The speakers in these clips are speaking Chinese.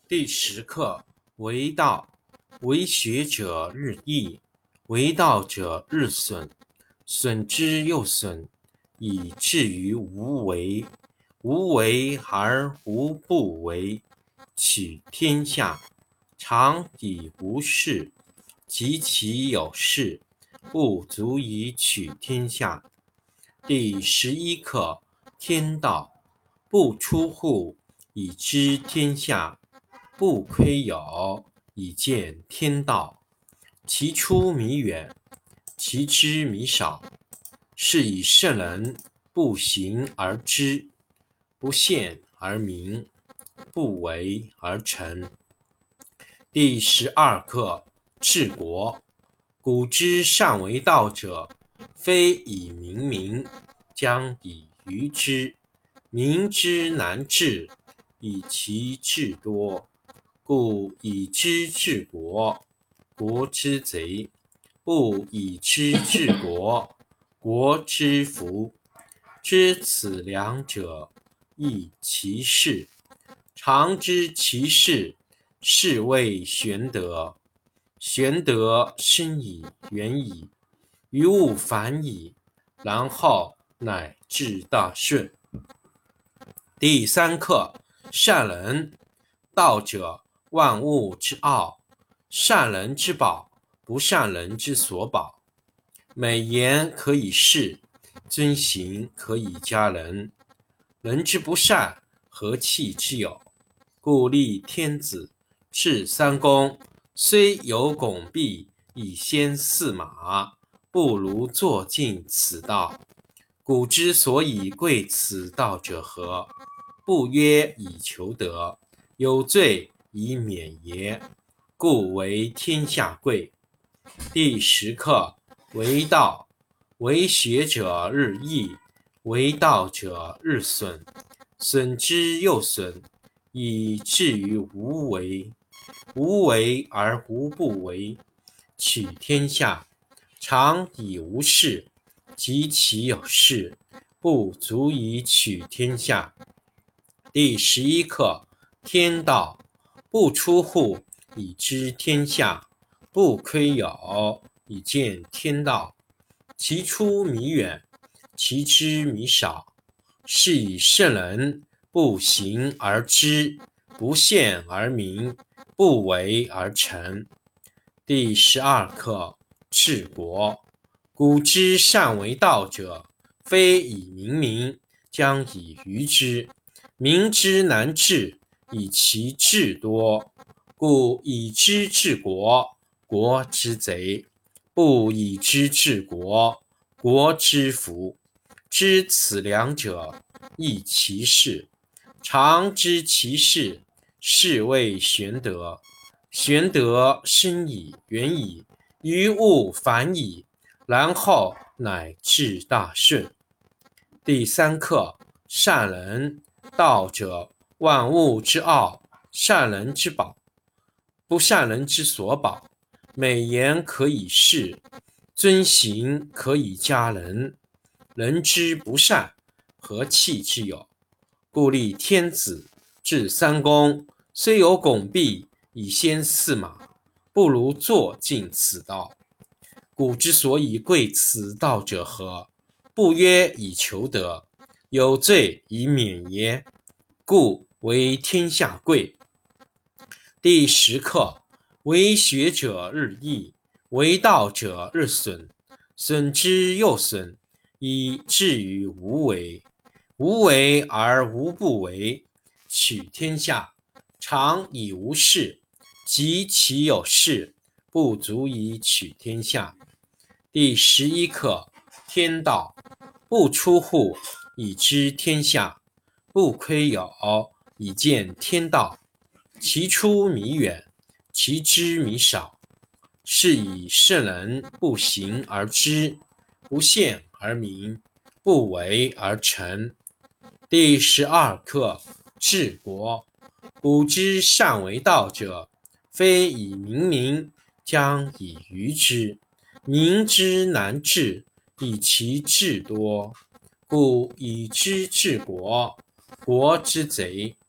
第10课为道，为学者日益，为道者日损，损之又损，以至于无为。无为而无不为，取天下常以无事，及其有事，不足以取天下。第11课天道，不出户，以知天下。不窥有，以见天道。其出弥远，其知弥少。是以圣人不行而知，不见而明，不为而成。第12课治国。古之善为道者，非以明民，将以愚之。民之难治，以其智多。故以知治国，国之贼；不以知治国，国之福。知此两者，亦其事。常知其事，是谓玄德。玄德深矣，远矣，于物反矣，然后乃至大顺。第3课善人。道者，万物之奥，善人之宝，不善人之所宝。美言可以世，遵行可以加人。人之不善，何气之有？故立天子，制三公，虽有拱璧以先驷马，不如坐尽此道。古之所以贵此道者何？不曰以求得，有罪以免也。故为天下贵。第10课为道，为学者日益，为道者日损，损之又损，以至于无为。无为而无不为，取天下常以无事，及其有事，不足以取天下。第11课天道，不出户，以知天下。不窥有，以见天道。其出弥远，其知弥少。是以圣人不行而知，不见而明，不为而成。第12课治国。古之善为道者，非以明民，将以愚之。民之难治，以其智多。故以知治国，国之贼；不以知治国，国之福。知此两者，亦其事。常知其事，是谓玄德。玄德深矣，远矣，于物反矣，然后乃至大顺。第3课善人。道者，万物之奥，善人之宝，不善人之所宝。美言可以世，遵行可以加人。人之不善，何气之有？故立天子，制三公，虽有拱璧以先驷马，不如坐尽此道。古之所以贵此道者何？不曰以求得，有罪以免也。故为天下贵。第10课为学者日益，为道者日损，损之又损，以至于无为。无为而无不为，取天下常以无事，及其有事，不足以取天下。第11课天道，不出户，以知天下。不窥有，以见天道。其出弥远，其知弥少。是以圣人不行而知，不见而明，不为而成。第12课治国。古之善为道者，非以明民，将以愚之。民之难治，以其智多。故以知治国，国之贼；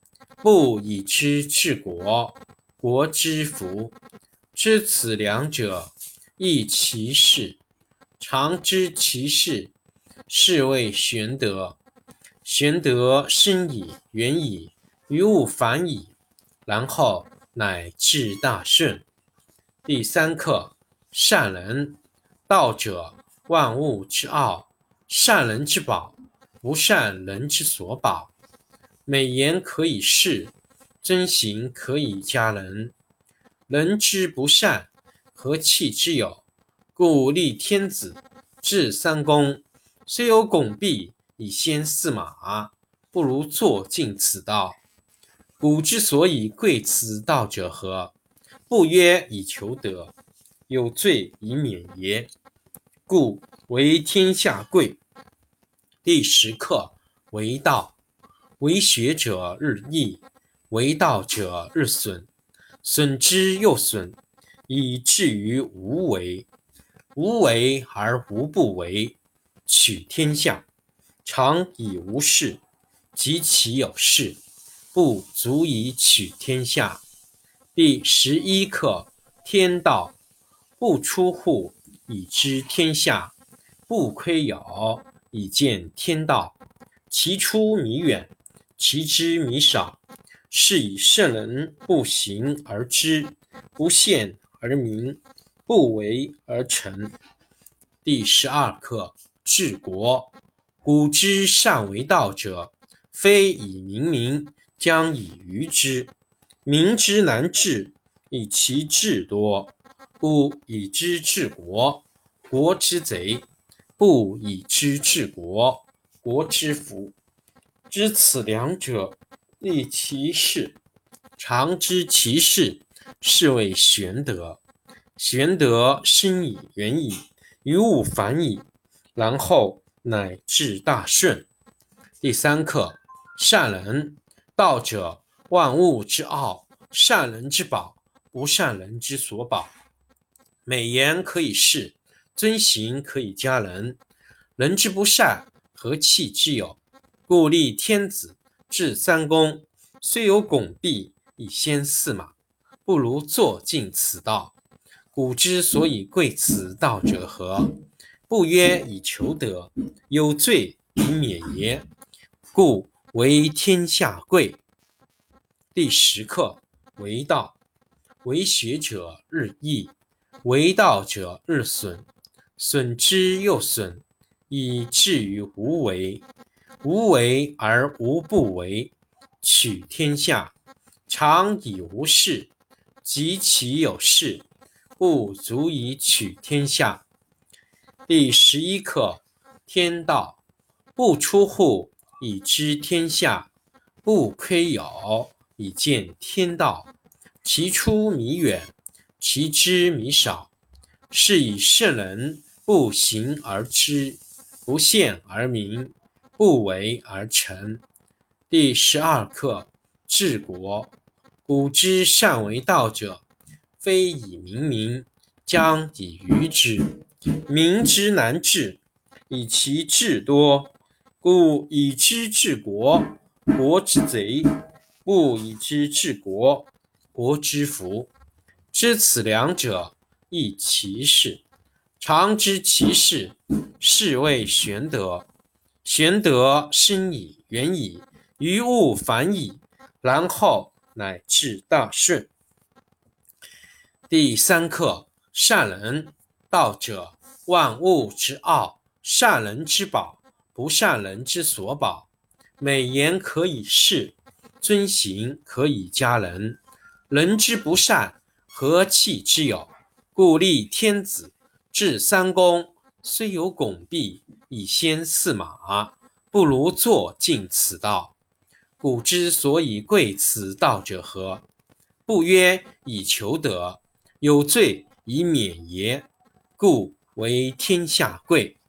不以知治国，国之福。知此两者，亦其事。常知其事，是谓玄德。玄德深矣，远矣，于物反矣，然后乃至大顺。第三课，善人。道者，万物之奥，善人之宝，不善人之所宝。美言可以世，真行可以家人。人之不善，何气之有？故立天子，制三公，虽有拱璧以先驷马，不如坐尽此道。古之所以贵此道者何？不曰以求得，有罪以免也。故为天下贵。第十课，为道。为学者日益，为道者日损，损之又损，以至于无为。无为而无不为，取天下常以无事，及其有事，不足以取天下。第11课，天道。不出户，以知天下；不窥牖，以见天道。其出弥远，其知弥少。是以圣人不行而知，不见而明，不为而成。第12课，治国。古之善为道者，非以明民，将以愚之。民之难治，以其智多。不以知治国，国之贼；不以知治国，国之福。知此两者，亦其事。常知其事，是谓玄德。玄德深矣，远矣，于物反矣，然后乃至大顺。第三课，善人。道者，万物之奥，善人之宝，不善人之所宝。美言可以世，尊行可以家人。人之不善，何气之有？故立天子，制三公，虽有拱璧以先驷马，不如坐尽此道。古之所以贵此道者何？不曰以求得，有罪以免也。故为天下贵。第十课，为道。为学者日益，为道者日损，损之又损，以至于无为。无为而无不为，取天下常以无事，及其有事，不足以取天下。第11课，天道。不出户，以知天下；不窥牖，以见天道。其出弥远，其知弥少。是以圣人不行而知，不见而明，不为而成。第12课，治国。古之善为道者，非以明民，将以愚之。民之难治，以其智多。故以知治国，国之贼；不以知治国，国之福。知此两者，亦其事。常知其事，是谓玄德。玄德深矣，远矣，于物反矣，然后乃至大顺。第三课，善人。道者，万物之奥，善人之宝，不善人之所宝。美言可以世，尊行可以家人。人之不善，何气之有？故立天子，制三公，虽有拱璧以先驷马，不如坐尽此道。古之所以贵此道者何？不曰以求得，有罪以免也。故为天下贵。